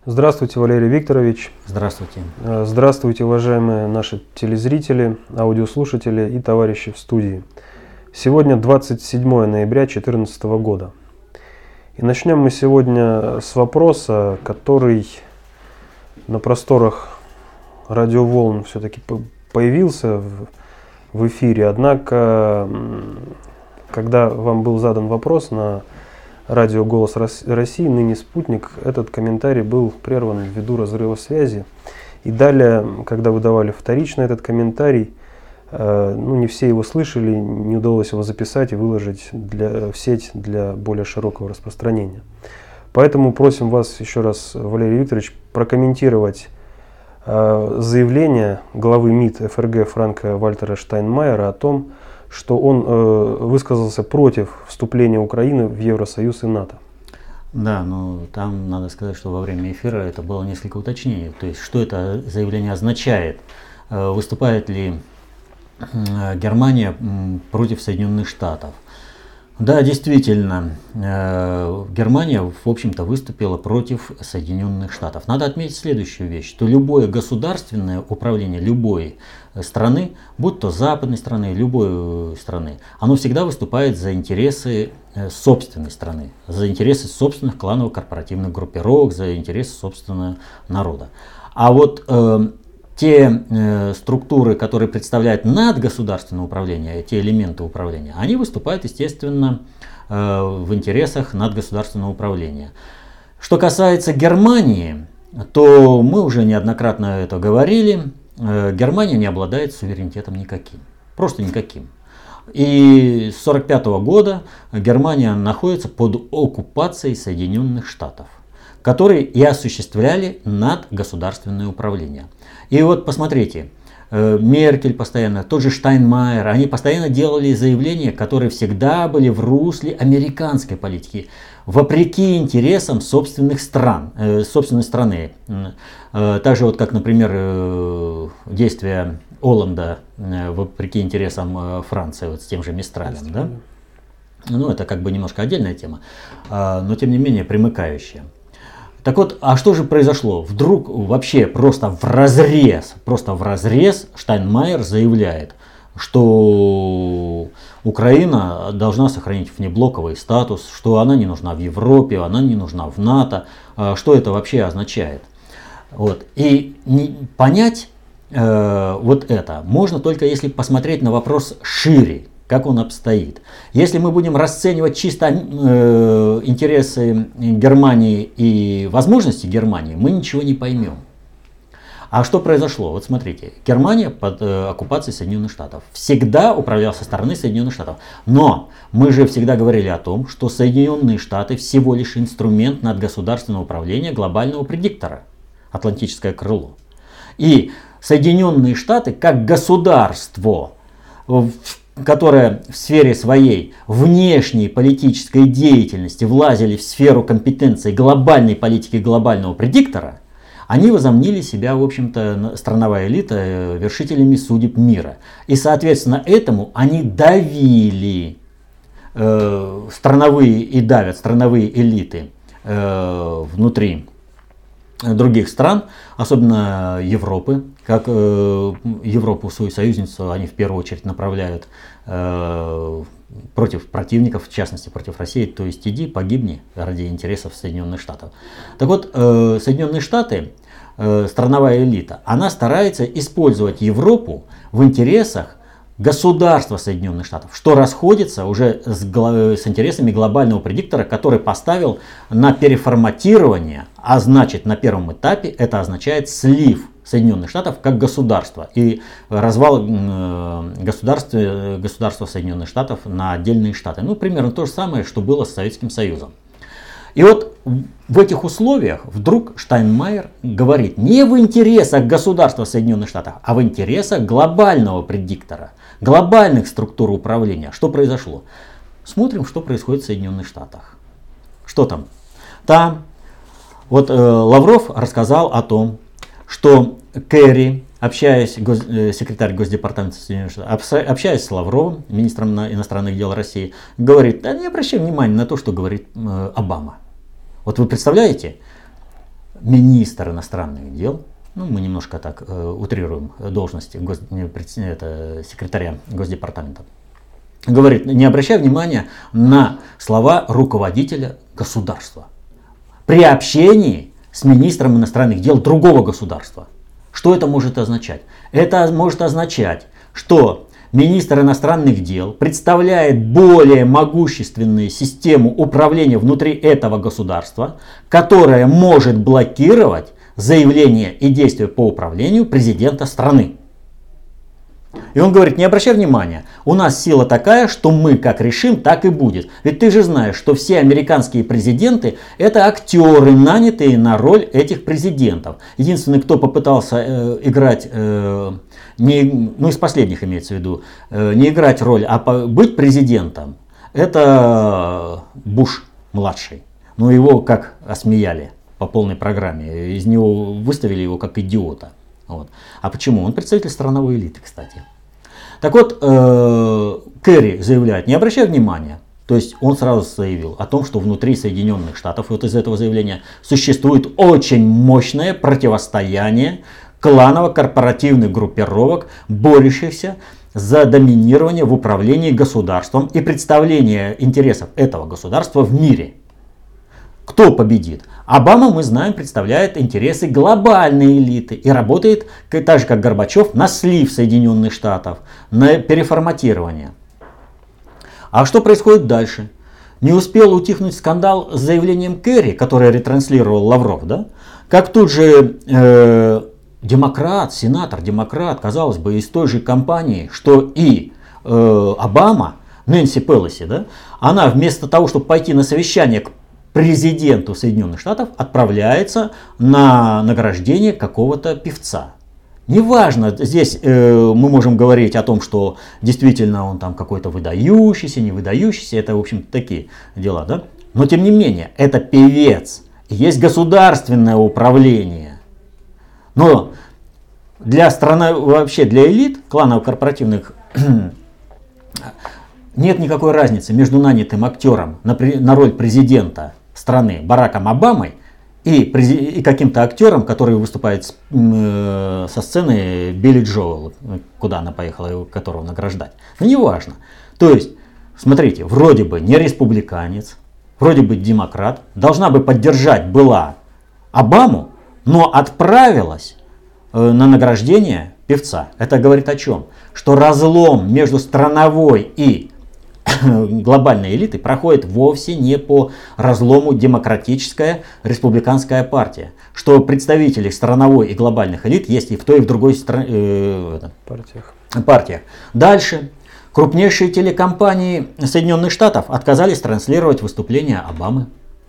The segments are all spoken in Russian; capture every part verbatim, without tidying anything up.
Здравствуйте, Валерий Викторович. Здравствуйте. Здравствуйте, уважаемые наши телезрители, аудиослушатели и товарищи в студии. Сегодня двадцать седьмое ноября две тысячи четырнадцатого года. И начнем мы сегодня с вопроса, который на просторах радиоволн все-таки появился в, в эфире. Однако, когда вам был задан вопрос на радио «Голос России», ныне «Спутник», этот комментарий был прерван ввиду разрыва связи. И далее, когда вы давали вторично этот комментарий, э, ну, не все его слышали, не удалось его записать и выложить для, в сеть для более широкого распространения. Поэтому просим вас еще раз, Валерий Викторович, прокомментировать э, заявление главы МИД ФРГ Франка Вальтера Штайнмайера о том, что он э, высказался против вступления Украины в Евросоюз и НАТО. Да, но там надо сказать, что во время эфира это было несколько уточнений. То есть, что это заявление означает? Э, выступает ли э, Германия э, против Соединенных Штатов? Да, действительно, э, Германия, в общем-то, выступила против Соединенных Штатов. Надо отметить следующую вещь, что любое государственное управление любой страны, будь то западной страны, любой страны, оно всегда выступает за интересы собственной страны, за интересы собственных кланово-корпоративных группировок, за интересы собственного народа. А вот э, те э, структуры, которые представляют надгосударственное управление, те элементы управления, они выступают, естественно, э, в интересах надгосударственного управления. Что касается Германии, то мы уже неоднократно это говорили. Германия не обладает суверенитетом никаким, просто никаким. И с сорок пятого года Германия находится под оккупацией Соединенных Штатов, которые и осуществляли надгосударственное управление. И вот посмотрите, Меркель постоянно, тот же Штайнмайер, они постоянно делали заявления, которые всегда были в русле американской политики, вопреки интересам собственных стран, э, собственной страны. Э, так же, вот, как, например, э, действия Олланда э, вопреки интересам э, Франции, вот, с тем же Мистралем. Да? Ну, это как бы немножко отдельная тема, э, но тем не менее примыкающая. Так вот, а что же произошло? Вдруг вообще просто вразрез, просто вразрез Штайнмайер заявляет, что Украина должна сохранить внеблоковый статус, что она не нужна в Европе, она не нужна в НАТО. Что это вообще означает? Вот. И не, понять э, вот это можно только если посмотреть на вопрос шире, как он обстоит. Если мы будем расценивать чисто э, интересы Германии и возможности Германии, мы ничего не поймем. А что произошло? Вот смотрите, Германия под э, оккупацией Соединенных Штатов всегда управлялась со стороны Соединенных Штатов. Но мы же всегда говорили о том, что Соединенные Штаты всего лишь инструмент надгосударственного управления глобального предиктора, Атлантическое крыло. И Соединенные Штаты как государство, в которые в сфере своей внешней политической деятельности влазили в сферу компетенции глобальной политики глобального предиктора, они возомнили себя, в общем-то, страновая элита, вершителями судеб мира. И, соответственно, этому они давили э, страновые и давят страновые элиты э, внутри других стран, особенно Европы. Как э, Европу, свою союзницу, они в первую очередь направляют э, против противников, в частности против России, то есть иди, погибни ради интересов Соединенных Штатов. Так вот, э, Соединенные Штаты, э, страновая элита, она старается использовать Европу в интересах государства Соединенных Штатов, что расходится уже с, с интересами глобального предиктора, который поставил на переформатирование, а значит на первом этапе это означает слив Соединенных Штатов как государства и развал э, государства, государства Соединенных Штатов на отдельные штаты. Ну, примерно то же самое, что было с Советским Союзом. И вот в этих условиях вдруг Штайнмайер говорит не в интересах государства Соединенных Штатов, а в интересах глобального предиктора, глобальных структур управления. Что произошло? Смотрим, что происходит в Соединенных Штатах. Что там? Там вот э, Лавров рассказал о том, что Керри, общаясь, гос, э, секретарь Госдепартамента Соединенных Штатов, общаясь с Лавровым, министром иностранных дел России, говорит, да не обращай внимания на то, что говорит э, Обама. Вот вы представляете, министр иностранных дел, ну, мы немножко так э, утрируем должности гос, это, секретаря Госдепартамента, говорит, не обращай внимания на слова руководителя государства при общении с министром иностранных дел другого государства. Что это может означать? Это может означать, что министр иностранных дел представляет более могущественную систему управления внутри этого государства, которая может блокировать заявления и действия по управлению президента страны. И он говорит, не обращай внимания, у нас сила такая, что мы как решим, так и будет. Ведь ты же знаешь, что все американские президенты это актеры, нанятые на роль этих президентов. Единственный, кто попытался э, играть, э, не, ну из последних имеется в виду, э, не играть роль, а по, быть президентом, это Буш младший. Но его как осмеяли по полной программе, из него выставили его как идиота. Вот. А почему? Он представитель страновой элиты, кстати. Так вот, э, Керри заявляет, не обращай внимания. То есть он сразу заявил о том, что внутри Соединенных Штатов, вот из этого заявления, существует очень мощное противостояние кланово-корпоративных группировок, борющихся за доминирование в управлении государством и представление интересов этого государства в мире. Кто победит? Обама, мы знаем, представляет интересы глобальной элиты и работает, так же как Горбачев, на слив Соединенных Штатов, на переформатирование. А что происходит дальше? Не успел утихнуть скандал с заявлением Керри, которое ретранслировал Лавров, да? Как тут же э, демократ, сенатор, демократ, казалось бы, из той же компании, что и э, Обама, Нэнси Пелоси, да? Она вместо того, чтобы пойти на совещание к президенту Соединенных Штатов, отправляется на награждение какого-то певца. Неважно, здесь э, мы можем говорить о том, что действительно он там какой-то выдающийся, не выдающийся, это в общем такие дела, да? Но тем не менее, это певец, есть государственное управление. Но для страны, вообще для элит, кланово-корпоративных, нет никакой разницы между нанятым актером на, на роль президента страны Бараком Обамой и, и каким-то актером, который выступает с, э, со сцены Билли Джоэл, куда она поехала, которого награждать. Но неважно. То есть, смотрите, вроде бы не республиканец, вроде бы демократ, должна бы поддержать была Обаму, но отправилась э, на награждение певца. Это говорит о чем? Что разлом между страновой и глобальной элиты проходит вовсе не по разлому демократическая республиканская партия. Что представители страновой и глобальных элит есть и в той, и в другой стра- э, партиях. партиях. Дальше. Крупнейшие телекомпании Соединенных Штатов отказались транслировать выступления Обамы.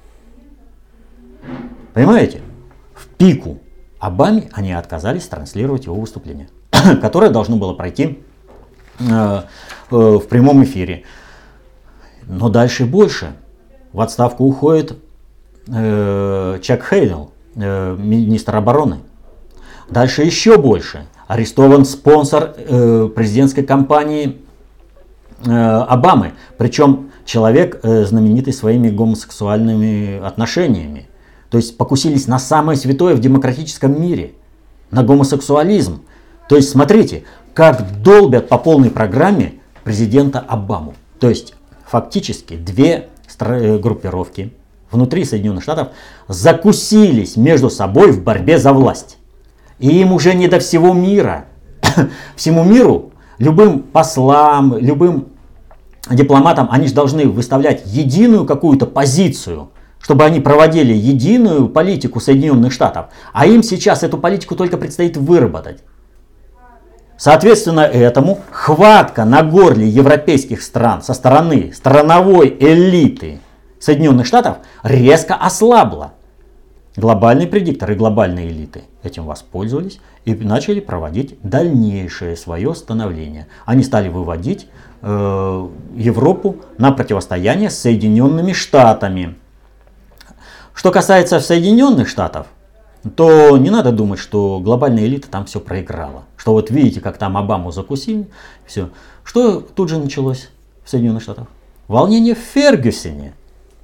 Понимаете? В пику Обаме они отказались транслировать его выступление, которое должно было пройти э, э, в прямом эфире. Но дальше больше. В отставку уходит э, Чак Хейдл, э, министр обороны. Дальше еще больше. Арестован спонсор э, президентской кампании э, Обамы. Причем человек, э, знаменитый своими гомосексуальными отношениями. То есть покусились на самое святое в демократическом мире. На гомосексуализм. То есть смотрите, как долбят по полной программе президента Обаму. То есть фактически две группировки внутри Соединенных Штатов закусились между собой в борьбе за власть. И им уже не до всего мира. Всему миру, любым послам, любым дипломатам, они же должны выставлять единую какую-то позицию, чтобы они проводили единую политику Соединенных Штатов. А им сейчас эту политику только предстоит выработать. Соответственно этому хватка на горле европейских стран со стороны страновой элиты Соединенных Штатов резко ослабла. Глобальные предикторы, глобальные элиты этим воспользовались и начали проводить дальнейшее свое становление. Они стали выводить э, Европу на противостояние с Соединенными Штатами. Что касается Соединенных Штатов, то не надо думать, что глобальная элита там все проиграла. Что вот видите, как там Обаму закусили, все. Что тут же началось в Соединенных Штатах? Волнение в Фергюсоне.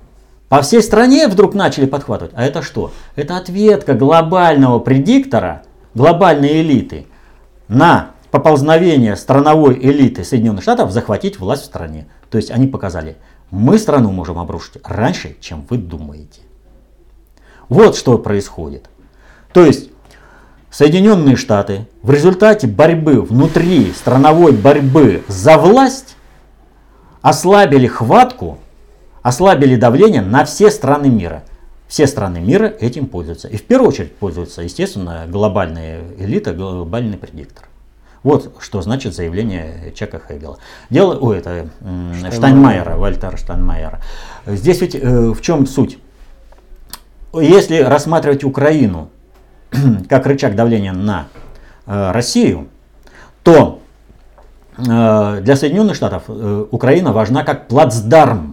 по всей стране вдруг начали подхватывать. А это что? Это ответка глобального предиктора, глобальной элиты на поползновение страновой элиты Соединенных Штатов захватить власть в стране. То есть они показали, мы страну можем обрушить раньше, чем вы думаете. Вот что происходит. То есть Соединенные Штаты в результате борьбы, внутри страновой борьбы за власть, ослабили хватку, ослабили давление на все страны мира. Все страны мира этим пользуются. И в первую очередь пользуется, естественно, глобальная элита, глобальный предиктор. Вот что значит заявление Чака Хейгела. Дело, ой, это Штайнмайера, Штайнмайера, Вальтера Штайнмайера. Здесь ведь э, в чем суть? Если рассматривать Украину как рычаг давления на э, Россию, то э, для Соединенных Штатов э, Украина важна как плацдарм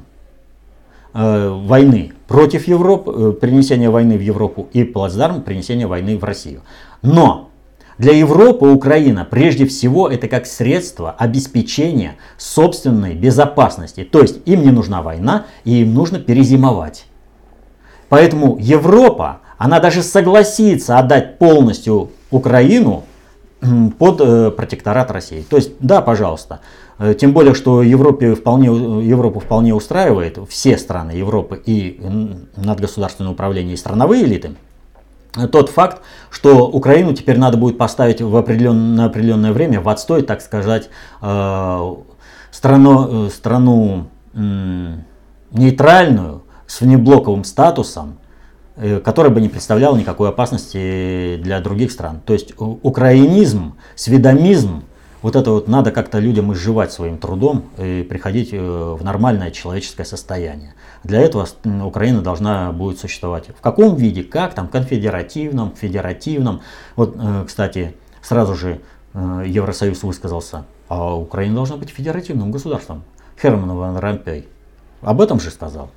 э, войны против Европы, э, принесения войны в Европу, и плацдарм принесения войны в Россию. Но для Европы Украина прежде всего это как средство обеспечения собственной безопасности. То есть им не нужна война, и им нужно перезимовать. Поэтому Европа, она даже согласится отдать полностью Украину под э, протекторат России. То есть, да, пожалуйста. Э, тем более, что Европе вполне, Европу вполне устраивает, все страны Европы и надгосударственное управление, и страновые элиты, тот факт, что Украину теперь надо будет поставить в определен, на определенное время в отстой, так сказать, э, страну, страну э, нейтральную, с внеблоковым статусом, который бы не представлял никакой опасности для других стран. То есть украинизм, сведомизм, вот это вот надо как-то людям изживать своим трудом и приходить в нормальное человеческое состояние. Для этого Украина должна будет существовать. В каком виде? Как там? Конфедеративном, федеративном. Вот, кстати, сразу же Евросоюз высказался, а Украина должна быть федеративным государством. Херман ван Ромпой об этом же сказал.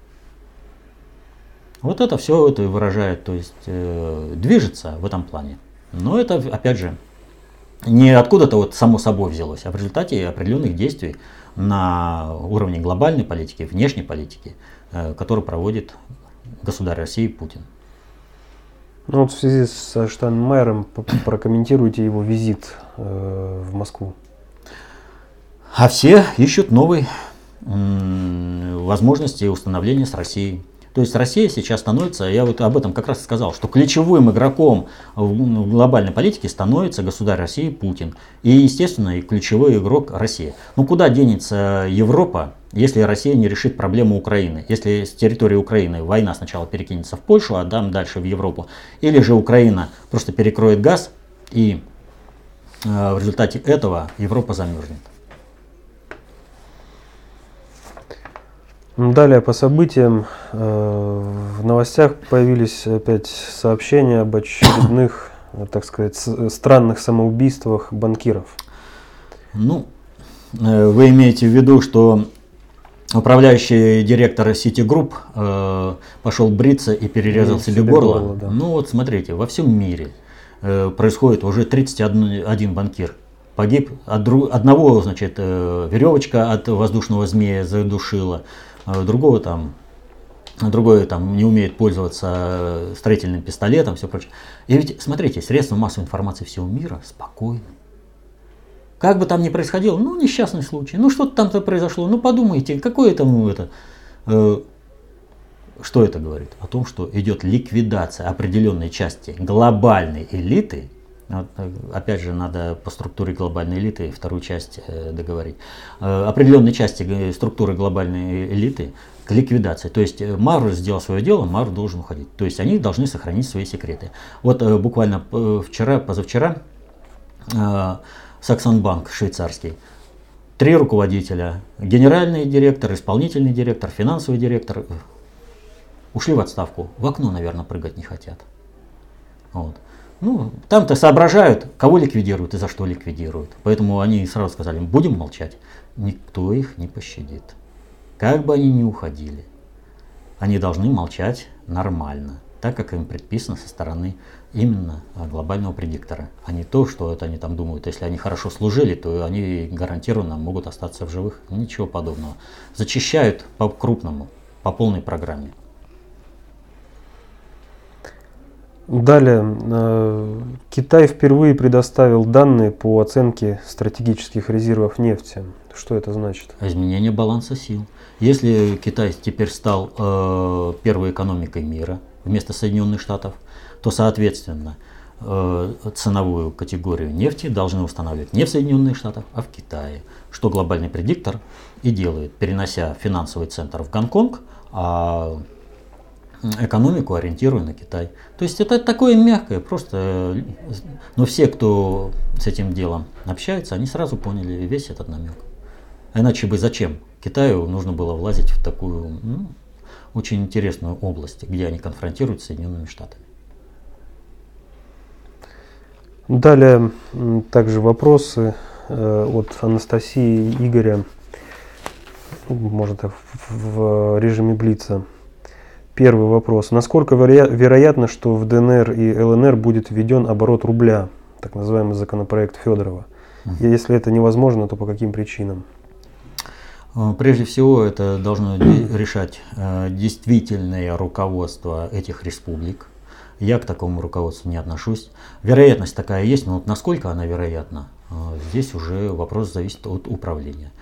Вот это все это выражает, то есть э, движется в этом плане. Но это, опять же, не откуда-то вот само собой взялось, а в результате определенных действий на уровне глобальной политики, внешней политики, э, которую проводит государь России Путин. Ну вот в связи с Штайнмайером прокомментируйте его визит э, в Москву. А все ищут новые э, возможности установления с Россией. То есть Россия сейчас становится, я вот об этом как раз сказал, что ключевым игроком в глобальной политике становится государь России Путин. И, естественно, и ключевой игрок Россия. Ну куда денется Европа, если Россия не решит проблему Украины? Если с территории Украины война сначала перекинется в Польшу, а там дальше в Европу. Или же Украина просто перекроет газ, и э, в результате этого Европа замерзнет. Далее по событиям в новостях появились опять сообщения об очередных, так сказать, странных самоубийствах банкиров. Ну, вы имеете в виду, что управляющий директор Citigroup э, пошел бриться и перерезал и себе горло? горло да. Ну вот смотрите, во всем мире э, происходит уже тридцать один банкир. Погиб, от друг, одного, значит, э, веревочка от воздушного змея задушила. Другого там, другой там не умеет пользоваться строительным пистолетом, все прочее. И ведь, смотрите, средства массовой информации всего мира спокойны. Как бы там ни происходило, ну, несчастный случай, ну, что-то там-то произошло, ну, подумайте, какое это, ну, это, э, что это говорит? О том, что идет ликвидация определенной части глобальной элиты. Вот, опять же, надо по структуре глобальной элиты вторую часть э, договорить. Э, определенной части структуры глобальной элиты к ликвидации. То есть Мавр сделал свое дело, Мавр должен уходить. То есть они должны сохранить свои секреты. Вот э, буквально вчера, позавчера, э, Саксонбанк швейцарский, три руководителя, генеральный директор, исполнительный директор, финансовый директор, ушли в отставку. В окно, наверное, прыгать не хотят. Вот. Ну, там-то соображают, кого ликвидируют и за что ликвидируют. Поэтому они сразу сказали, будем молчать. Никто их не пощадит. Как бы они ни уходили, они должны молчать нормально, так как им предписано со стороны именно глобального предиктора. А не то, что это они там думают. Если они хорошо служили, то они гарантированно могут остаться в живых. Ничего подобного. Зачищают по-крупному. по полной программе. Далее, Китай впервые предоставил данные по оценке стратегических резервов нефти. Что это значит? Изменение баланса сил. Если Китай теперь стал э, первой экономикой мира вместо Соединенных Штатов, то, соответственно, э, ценовую категорию нефти должны устанавливать не в Соединенных Штатах, а в Китае. Что глобальный предиктор и делает, перенося финансовый центр в Гонконг, а экономику ориентируя на Китай. То есть это такое мягкое, просто, но все, кто с этим делом общается, они сразу поняли весь этот намек. Иначе бы зачем Китаю нужно было влазить в такую, ну, очень интересную область, где они конфронтируют с Соединенными Штатами. Далее также вопросы от Анастасии и Игоря, можно так, в режиме блица. Первый вопрос. Насколько веро- вероятно, что в ДНР и ЛНР будет введен оборот рубля, так называемый законопроект Федорова? И если это невозможно, то по каким причинам? Прежде всего, это должно решать действительное руководство этих республик. Я к такому руководству не отношусь. Вероятность такая есть, но вот насколько она вероятна, здесь уже вопрос зависит от управления.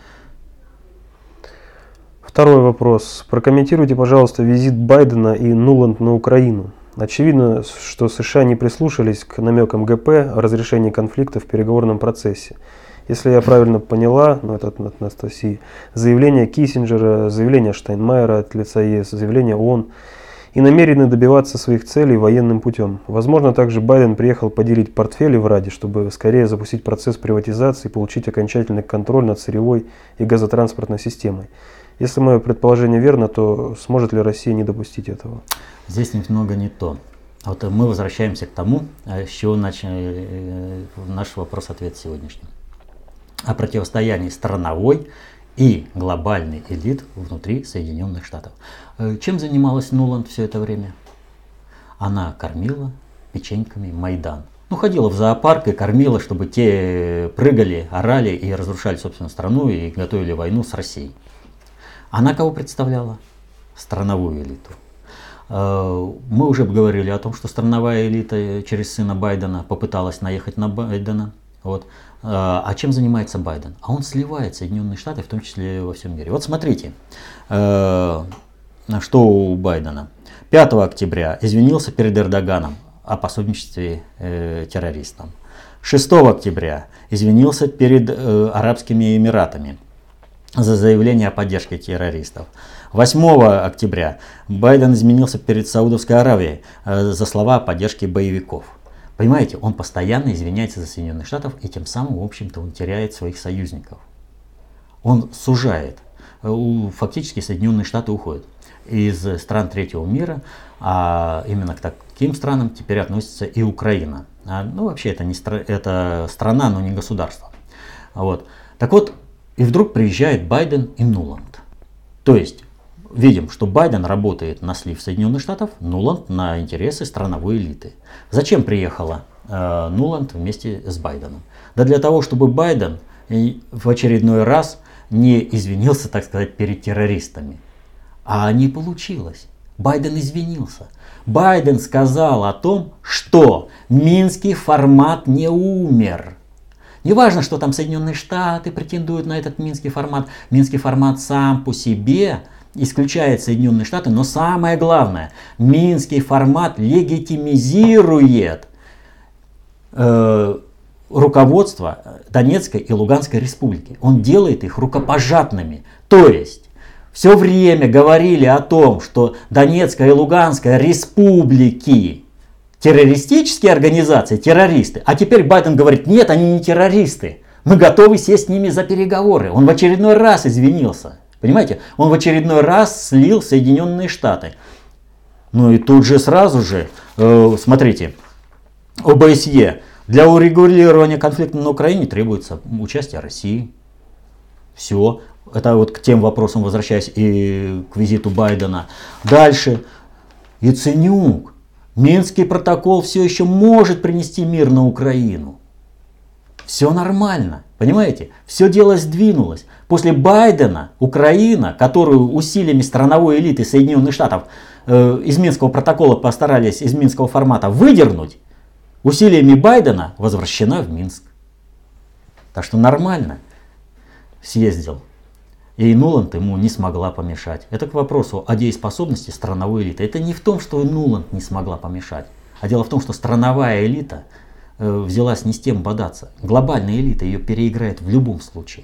Второй вопрос. Прокомментируйте, пожалуйста, визит Байдена и Нуланд на Украину. Очевидно, что США не прислушались к намекам ГП о разрешении конфликта в переговорном процессе. Если я правильно поняла, ну это от Анастасии, заявление Киссинджера, заявление Штайнмайера от лица ЕС, заявление ООН и намерены добиваться своих целей военным путем. Возможно, также Байден приехал поделить портфели в Раде, чтобы скорее запустить процесс приватизации и получить окончательный контроль над сырьевой и газотранспортной системой. Если мое предположение верно, то сможет ли Россия не допустить этого? Здесь немного не то. Вот мы возвращаемся к тому, с чего начал наш вопрос-ответ сегодняшний. О противостоянии страновой и глобальной элит внутри Соединенных Штатов. Чем занималась Нуланд все это время? Она кормила печеньками Майдан. Ну, ходила в зоопарк и кормила, чтобы те прыгали, орали и разрушали собственную страну и готовили войну с Россией. Она кого представляла? Страновую элиту. Мы уже говорили о том, что страновая элита через сына Байдена попыталась наехать на Байдена. Вот. А чем занимается Байден? А он сливает Соединенные Штаты, в том числе во всем мире. Вот смотрите, что у Байдена. пятого октября извинился перед Эрдоганом о пособничестве террористам. шестого октября извинился перед Арабскими Эмиратами за заявление о поддержке террористов. восьмого октября Байден изменился перед Саудовской Аравией за слова о поддержке боевиков. Понимаете, он постоянно извиняется за Соединенных Штатов, и тем самым, в общем-то, он теряет своих союзников. Он сужает. Фактически Соединенные Штаты уходят из стран третьего мира, а именно к таким странам теперь относится и Украина. Ну, вообще, это, не стра- это страна, но не государство. Вот. Так вот, и вдруг приезжает Байден и Нуланд. То есть, видим, что Байден работает на слив Соединенных Штатов, Нуланд на интересы страновой элиты. Зачем приехала э, Нуланд вместе с Байденом? Да для того, чтобы Байден в очередной раз не извинился, так сказать, перед террористами. А не получилось. Байден извинился. Байден сказал о том, что Минский формат не умер. Не важно, что там Соединенные Штаты претендуют на этот Минский формат. Минский формат сам по себе исключает Соединенные Штаты, но самое главное, Минский формат легитимизирует э, руководство Донецкой и Луганской республики. Он делает их рукопожатными. То есть, все время говорили о том, что Донецкая и Луганская республики террористические организации, террористы. А теперь Байден говорит, нет, они не террористы. Мы готовы сесть с ними за переговоры. Он в очередной раз извинился. Понимаете, он в очередной раз слил Соединенные Штаты. Ну и тут же сразу же, э, смотрите, ОБСЕ. Для урегулирования конфликта на Украине требуется участие России. Все. Это вот к тем вопросам, возвращаясь и к визиту Байдена. Дальше. Яценюк. Минский протокол все еще может принести мир на Украину. Все нормально, понимаете? Все дело сдвинулось. После Байдена Украина, которую усилиями страновой элиты Соединенных Штатов э, из Минского протокола постарались из Минского формата выдернуть, усилиями Байдена возвращена в Минск. Так что нормально съездил. И Нуланд ему не смогла помешать. Это к вопросу о дееспособности страновой элиты. Это не в том, что Нуланд не смогла помешать. А дело в том, что страновая элита э, взялась не с тем бодаться. Глобальная элита ее переиграет в любом случае.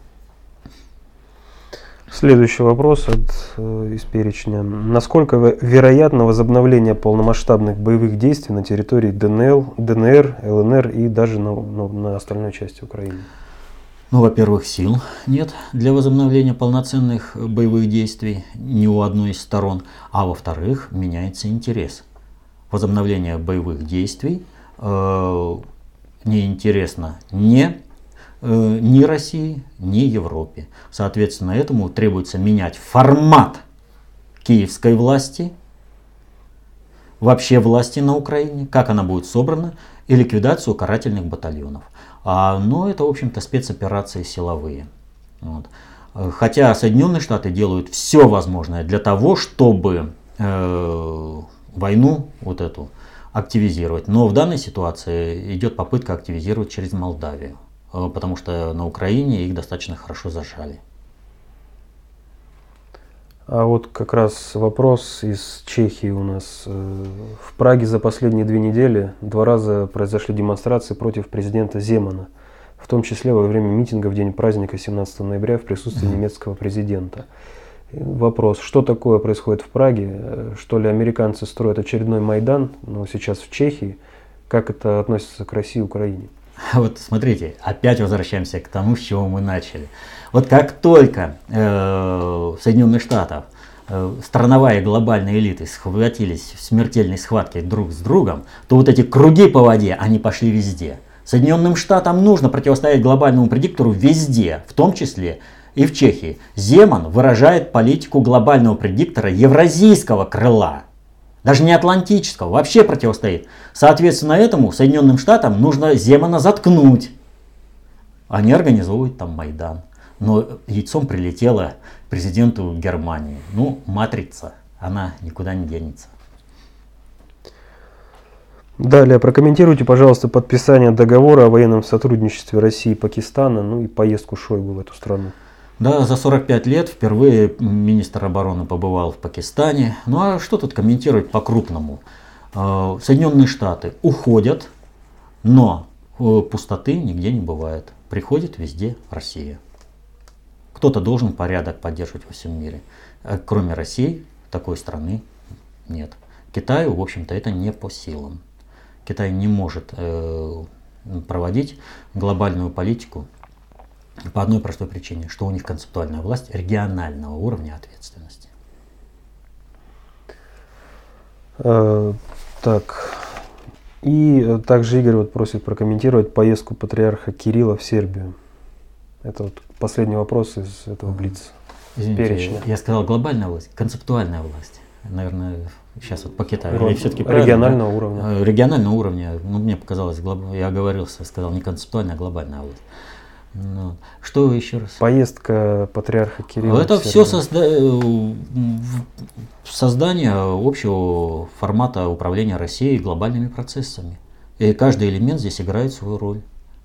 Следующий вопрос от, э, из перечня. Насколько вероятно возобновление полномасштабных боевых действий на территории ДНР, ДНР, ЛНР и даже на, на, на остальной части Украины? Ну, во-первых, сил нет для возобновления полноценных боевых действий ни у одной из сторон. А во-вторых, меняется интерес. Возобновление боевых действий э, неинтересно ни, э, ни России, ни Европе. Соответственно, этому требуется менять формат киевской власти, вообще власти на Украине, как она будет собрана, и ликвидацию карательных батальонов. А, но это, в общем-то, спецоперации силовые. Вот. Хотя Соединенные Штаты делают все возможное для того, чтобы э, войну вот эту активизировать. Но в данной ситуации идет попытка активизировать через Молдавию. Э, потому что на Украине их достаточно хорошо зажали. А вот как раз вопрос из Чехии у нас. В Праге за последние две недели два раза произошли демонстрации против президента Земана, в том числе во время митинга в день праздника семнадцатого ноября в присутствии немецкого президента. Вопрос, что такое происходит в Праге? Что ли американцы строят очередной Майдан, но сейчас в Чехии? Как это относится к России и Украине? Вот смотрите, опять возвращаемся к тому, с чего мы начали. Вот как только э, Соединенных Штатов э, страновая и глобальная элиты схватились в смертельной схватке друг с другом, то вот эти круги по воде, они пошли везде. Соединенным Штатам нужно противостоять глобальному предиктору везде, в том числе и в Чехии. Земан выражает политику глобального предиктора евразийского крыла. Даже не атлантического, вообще противостоит. Соответственно, этому Соединенным Штатам нужно Земана заткнуть. Они организовывают там Майдан. Но яйцом прилетело президенту Германии. Ну, матрица, она никуда не денется. Далее, прокомментируйте, пожалуйста, подписание договора о военном сотрудничестве России и Пакистана, ну и поездку Шойгу в эту страну. Да, за сорок пять лет впервые министр обороны побывал в Пакистане. Ну а что тут комментировать по-крупному? Соединенные Штаты уходят, но пустоты нигде не бывает. Приходит везде Россия. Кто-то должен порядок поддерживать во всем мире. Кроме России, такой страны нет. Китаю, в общем-то, это не по силам. Китай не может э, проводить глобальную политику по одной простой причине, что у них концептуальная власть регионального уровня ответственности. Э, так, и также Игорь вот просит прокомментировать поездку патриарха Кирилла в Сербию. Это вот последний вопрос из этого блица. Извините, перечня. Я сказал глобальная власть, концептуальная власть. Наверное, сейчас вот по Китаю. Род, все-таки регионального да? уровня. Регионального уровня, ну мне показалось, я оговорился, сказал не концептуальная, а глобальная власть. Ну, что еще раз? Поездка патриарха Кирилла. Это все созда... создание общего формата управления Россией глобальными процессами. И каждый элемент здесь играет свою роль.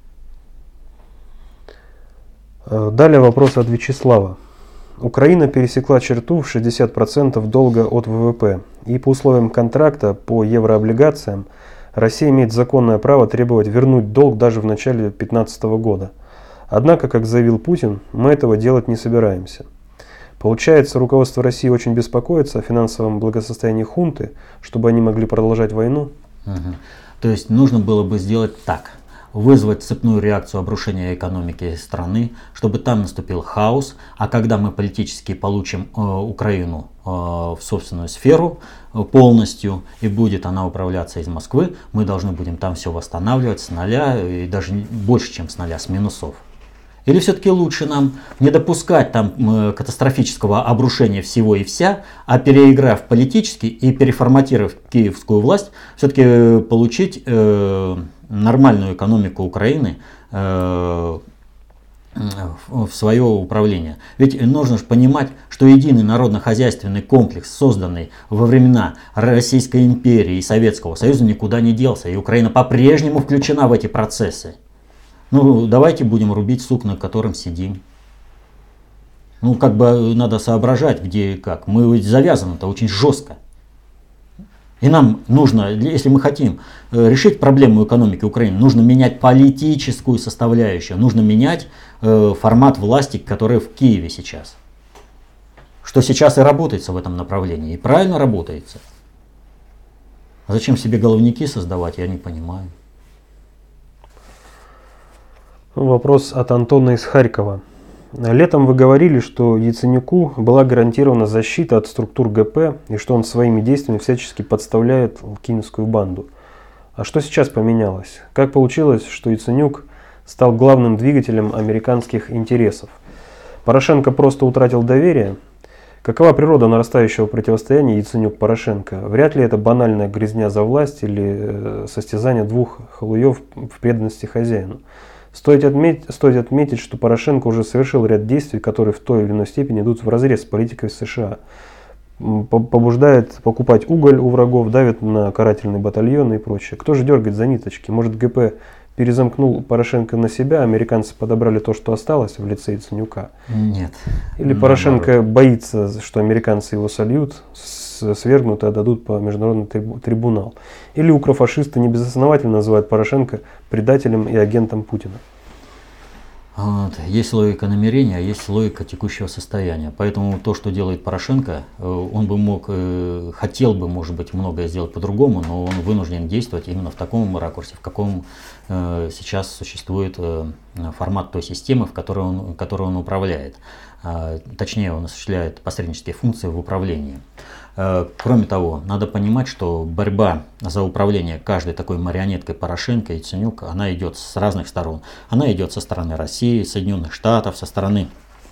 Далее вопрос от Вячеслава. Украина пересекла черту в шестьдесят процентов долга от ВВП. И по условиям контракта по еврооблигациям Россия имеет законное право требовать вернуть долг даже в начале две тысячи пятнадцатого года. Однако, как заявил Путин, мы этого делать не собираемся. Получается, руководство России очень беспокоится о финансовом благосостоянии хунты, чтобы они могли продолжать войну? Угу. То есть нужно было бы сделать так. Вызвать цепную реакцию обрушения экономики страны, чтобы там наступил хаос, а когда мы политически получим э, Украину э, в собственную сферу э, полностью, и будет она управляться из Москвы, мы должны будем там все восстанавливать с нуля, и даже больше, чем с нуля, с минусов. Или все-таки лучше нам не допускать там э, катастрофического обрушения всего и вся, а переиграв политически и переформатировав киевскую власть, все-таки э, получить э, нормальную экономику Украины, э, в свое управление. Ведь нужно же понимать, что единый народно-хозяйственный комплекс, созданный во времена Российской империи и Советского Союза, никуда не делся. И Украина по-прежнему включена в эти процессы. Ну, давайте будем рубить сук, на котором сидим. Ну, как бы надо соображать, где и как. Мы завязаны-то очень жестко. И нам нужно, если мы хотим решить проблему экономики Украины, нужно менять политическую составляющую, нужно менять э, формат власти, который в Киеве сейчас. Что сейчас и работается в этом направлении, и правильно работается. А зачем себе головники создавать, я не понимаю. Вопрос от Антона из Харькова. Летом вы говорили, что Яценюку была гарантирована защита от структур ГП и что он своими действиями всячески подставляет киевскую банду. А что сейчас поменялось? Как получилось, что Яценюк стал главным двигателем американских интересов? Порошенко просто утратил доверие? Какова природа нарастающего противостояния Яценюк-Порошенко? Вряд ли это банальная грязня за власть или состязание двух халуев в преданности хозяину. Стоит отметить, стоит отметить, что Порошенко уже совершил ряд действий, которые в той или иной степени идут вразрез с политикой США. Побуждает покупать уголь у врагов, давит на карательные батальоны и прочее. Кто же дергает за ниточки? Может, ГП перезамкнул Порошенко на себя, американцы подобрали то, что осталось в лице Яценюка? Нет. Или Порошенко боится, что американцы его сольют, свергнут и отдадут по международный трибунал? Или укрофашисты небезосновательно называют Порошенко предателем и агентом Путина? Вот. Есть логика намерения, а есть логика текущего состояния. Поэтому то, что делает Порошенко, он бы мог, хотел бы, может быть, многое сделать по-другому, но он вынужден действовать именно в таком ракурсе, в каком сейчас существует формат той системы, в которой он, которой он управляет. Точнее, он осуществляет посреднические функции в управлении. Кроме того, надо понимать, что борьба за управление каждой такой марионеткой Порошенко и Яценюк, она идет с разных сторон. Она идет со стороны России, Соединенных Штатов, со стороны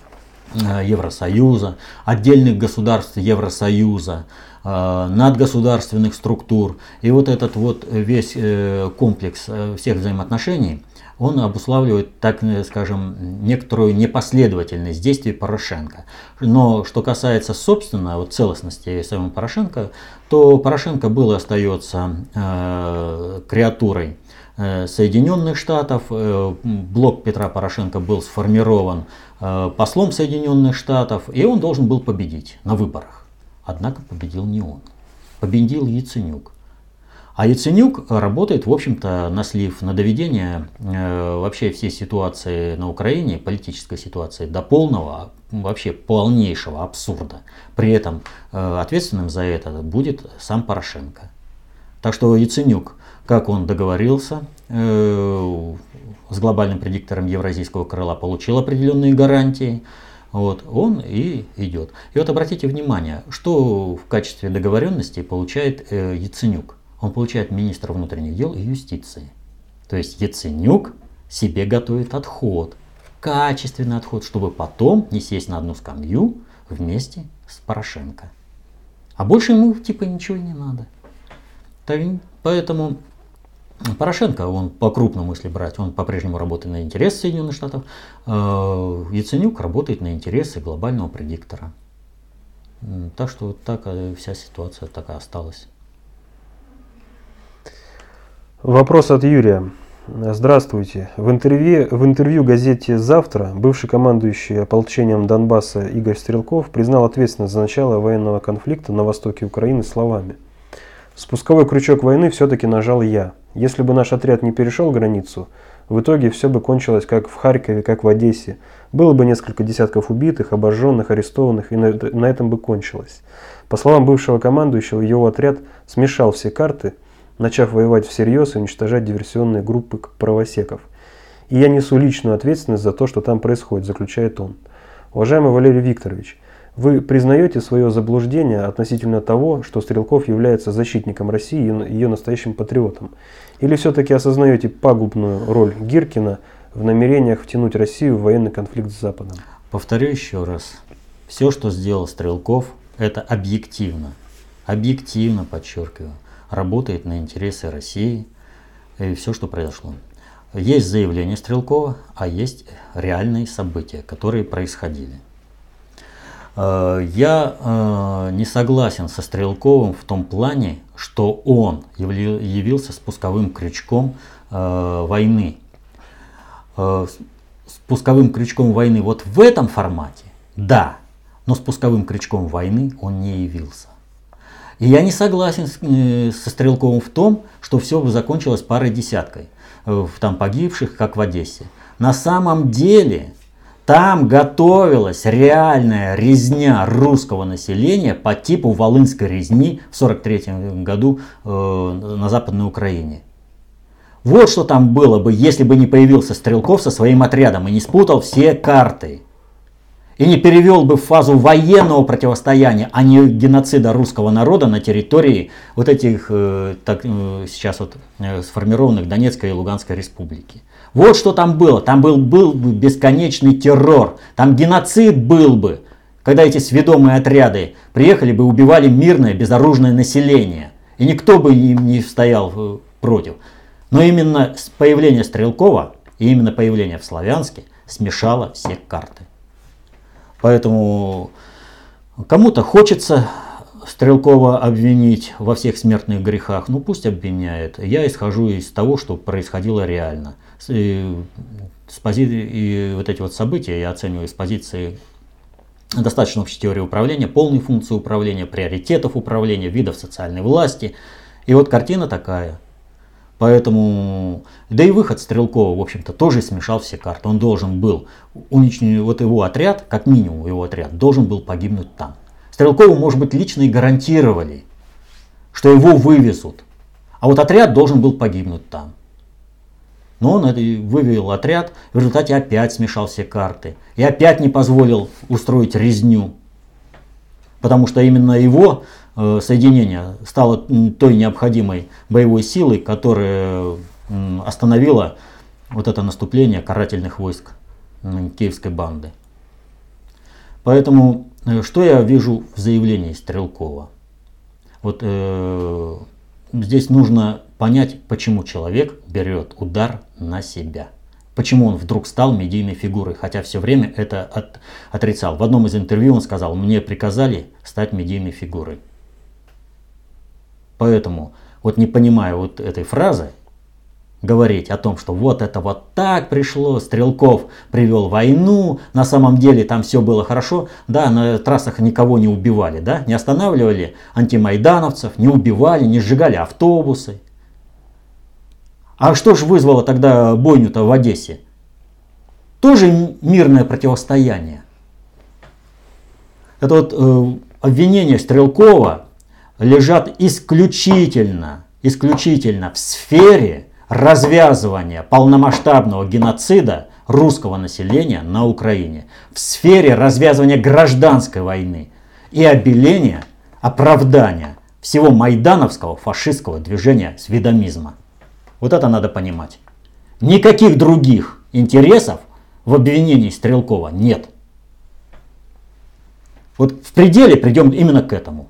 Евросоюза, отдельных государств Евросоюза, надгосударственных структур. И вот этот вот весь комплекс всех взаимоотношений, он обуславливает, так скажем, некоторую непоследовательность действий Порошенко. Но что касается, собственно, вот целостности самого Порошенко, то Порошенко был и остается э, креатурой э, Соединенных Штатов. Э, блок Петра Порошенко был сформирован э, послом Соединенных Штатов, и он должен был победить на выборах. Однако победил не он. Победил Яценюк. А Яценюк работает, в общем-то, на слив, на доведение э, вообще всей ситуации на Украине, политической ситуации, до полного, вообще полнейшего абсурда. При этом э, ответственным за это будет сам Порошенко. Так что Яценюк, как он договорился э, с глобальным предиктором евразийского крыла, получил определенные гарантии. Вот, он и идет. И вот обратите внимание, что в качестве договоренности получает э, Яценюк. Он получает министра внутренних дел и юстиции. То есть Яценюк себе готовит отход, качественный отход, чтобы потом не сесть на одну скамью вместе с Порошенко. А больше ему типа ничего не надо. Так, поэтому Порошенко, он по-крупному, если брать, он по-прежнему работает на интересы Соединенных Штатов. Яценюк работает на интересы глобального предиктора. Так что вот так вся ситуация такая осталась. Вопрос от Юрия. Здравствуйте. В интервью, в интервью газете «Завтра» бывший командующий ополчением Донбасса Игорь Стрелков признал ответственность за начало военного конфликта на востоке Украины словами: «Спусковой крючок войны все-таки нажал я. Если бы наш отряд не перешел границу, в итоге все бы кончилось как в Харькове, как в Одессе. Было бы несколько десятков убитых, обожженных, арестованных, и на этом бы кончилось». По словам бывшего командующего, его отряд смешал все карты, начав воевать всерьез и уничтожать диверсионные группы правосеков. «И я несу личную ответственность за то, что там происходит», заключает он. Уважаемый Валерий Викторович, вы признаете свое заблуждение относительно того, что Стрелков является защитником России и ее настоящим патриотом? Или все-таки осознаете пагубную роль Гиркина в намерениях втянуть Россию в военный конфликт с Западом? Повторю еще раз. Все, что сделал Стрелков, это объективно. Объективно, подчеркиваю, работает на интересы России и все, что произошло. есть заявление Стрелкова, а есть реальные события, которые происходили. Я не согласен со Стрелковым в том плане, что он явился спусковым крючком войны. Спусковым крючком войны вот в этом формате, да, но спусковым крючком войны он не явился. И я не согласен со Стрелковым в том, что все бы закончилось парой десяткой там погибших, как в Одессе. На самом деле там готовилась реальная резня русского населения по типу Волынской резни в сорок третьем году э, на Западной Украине. Вот что там было бы, если бы не появился Стрелков со своим отрядом и не спутал все карты. И не перевел бы в фазу военного противостояния, а не геноцида русского народа на территории вот этих э, так, э, сейчас вот, э, сформированных Донецкой и Луганской республики. Вот что там было. Там был, был бы бесконечный террор. Там геноцид был бы, когда эти сведомые отряды приехали бы и убивали мирное безоружное население. И никто бы им не стоял э, против. Но именно появление Стрелкова и именно появление в Славянске смешало все карты. Поэтому кому-то хочется Стрелкова обвинить во всех смертных грехах, ну пусть обвиняет. Я исхожу из того, что происходило реально. И, с пози... и вот эти вот события я оцениваю с позиции достаточно общей теории управления, полной функции управления, приоритетов управления, видов социальной власти. И вот картина такая. Поэтому, да и выход Стрелкова, в общем-то, тоже смешал все карты. Он должен был, уничтожить, вот его отряд, как минимум его отряд, должен был погибнуть там. Стрелкову, может быть, лично и гарантировали, что его вывезут. А вот отряд должен был погибнуть там. Но он вывел отряд, в результате опять смешал все карты. И опять не позволил устроить резню. Потому что именно его соединение стало той необходимой боевой силой, которая остановила вот это наступление карательных войск киевской банды. Поэтому что я вижу в заявлении Стрелкова? Вот э, здесь нужно понять, почему человек берет удар на себя. Почему он вдруг стал медийной фигурой, хотя все время это от, отрицал. В одном из интервью он сказал: мне приказали стать медийной фигурой. Поэтому, вот не понимая вот этой фразы, говорить о том, что вот это вот так пришло, Стрелков привел войну, на самом деле там все было хорошо, да, на трассах никого не убивали, да, не останавливали антимайдановцев, не убивали, не сжигали автобусы. А что же вызвало тогда бойню-то в Одессе? Тоже мирное противостояние. Это вот э, обвинение Стрелкова лежат исключительно, исключительно в сфере развязывания полномасштабного геноцида русского населения на Украине, в сфере развязывания гражданской войны и обеления, оправдания всего майдановского фашистского движения сведомизма. Вот это надо понимать. Никаких других интересов в обвинении Стрелкова нет. Вот в пределе придем именно к этому.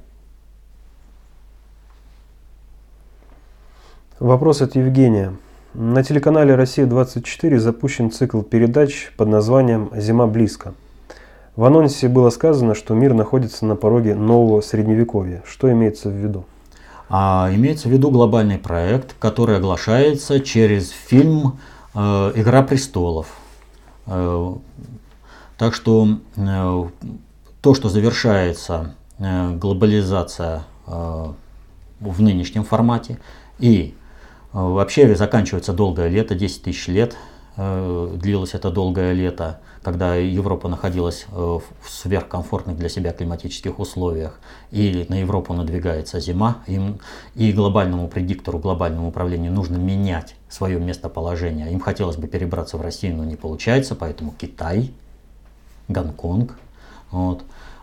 Вопрос от Евгения. На телеканале «Россия двадцать четыре» запущен цикл передач под названием «Зима близко». В анонсе было сказано, что мир находится на пороге нового средневековья. Что имеется в виду? А имеется в виду глобальный проект, который оглашается через фильм э, «Игра престолов». Э, так что э, то, что завершается э, глобализация э, в нынешнем формате и вообще заканчивается долгое лето, десять тысяч лет э, длилось это долгое лето, когда Европа находилась э, в сверхкомфортных для себя климатических условиях, и на Европу надвигается зима, им, и глобальному предиктору, глобальному управлению нужно менять свое местоположение. Им хотелось бы перебраться в Россию, но не получается, поэтому Китай, Гонконг. Вот.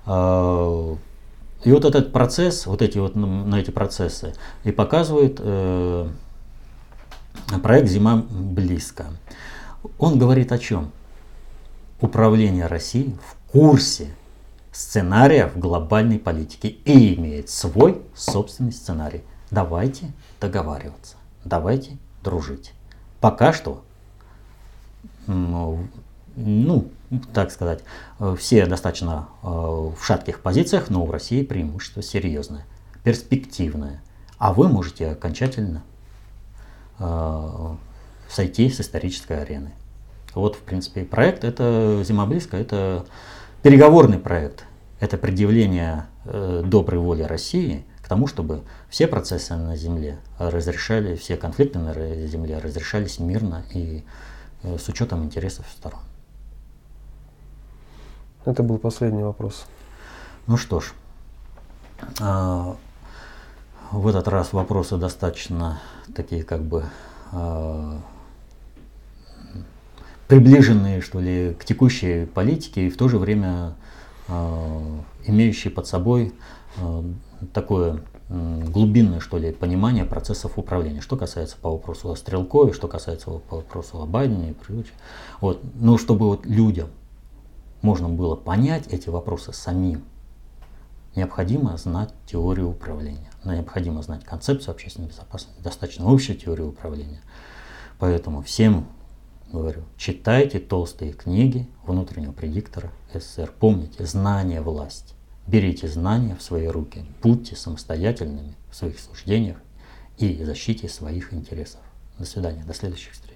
И вот этот процесс, вот эти вот на эти процессы и показывает э, проект «Зима близко». Он говорит о чем? Управление Россией в курсе сценариев глобальной политики и имеет свой собственный сценарий. Давайте договариваться, давайте дружить. Пока что ну, так сказать, все достаточно в шатких позициях, но у России преимущество серьезное, перспективное. А вы можете окончательно сойти с исторической арены. Вот, в принципе, проект это «Зима близко», это переговорный проект, это предъявление доброй воли России к тому, чтобы все процессы на Земле разрешали, все конфликты на Земле разрешались мирно и с учетом интересов сторон. Это был последний вопрос. Ну что ж, в этот раз вопросы достаточно такие как бы приближенные, что ли, к текущей политике и в то же время имеющие под собой такое глубинное, что ли, понимание процессов управления. Что касается по вопросу о Стрелкове, что касается по вопросу о Байдене и прочее. Вот. Но чтобы вот людям можно было понять эти вопросы самим, необходимо знать теорию управления. Необходимо знать концепцию общественной безопасности, достаточно общую теорию управления. Поэтому всем говорю, читайте толстые книги внутреннего предиктора СССР. Помните, знание – власть. Берите знания в свои руки, будьте самостоятельными в своих суждениях и защите своих интересов. До свидания, до следующих встреч.